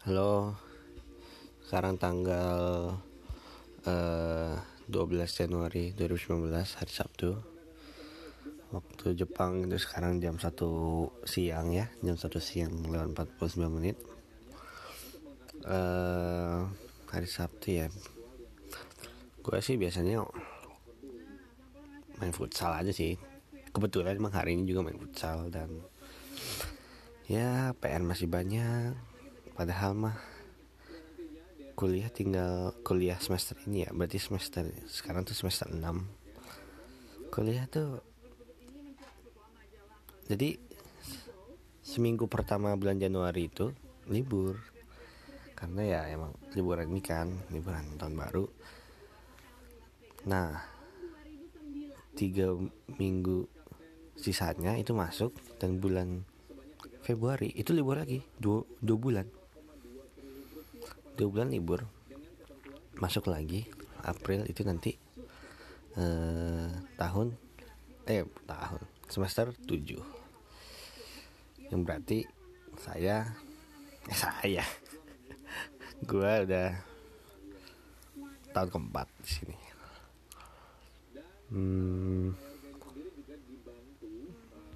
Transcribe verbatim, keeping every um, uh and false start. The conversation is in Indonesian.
Halo, sekarang tanggal eh, dua belas Januari dua ribu sembilan belas, hari Sabtu. Waktu Jepang itu sekarang jam satu siang ya, jam satu siang lewat empat puluh sembilan menit. Eh, hari Sabtu ya. Gue sih biasanya main futsal aja sih. Kebetulan emang hari ini juga main futsal dan ya P R masih banyak. Padahal mah kuliah tinggal kuliah semester ini ya, berarti semester sekarang tuh semester enam. Kuliah tuh jadi seminggu pertama bulan Januari itu libur, karena ya emang liburan ini kan liburan tahun baru. Nah, tiga minggu sisanya itu masuk, dan bulan Februari itu libur lagi dua, dua bulan dua bulan libur. Masuk lagi April itu nanti eh, tahun eh tahun semester tujuh, yang berarti saya eh saya gue udah tahun keempat di sini. Hmm,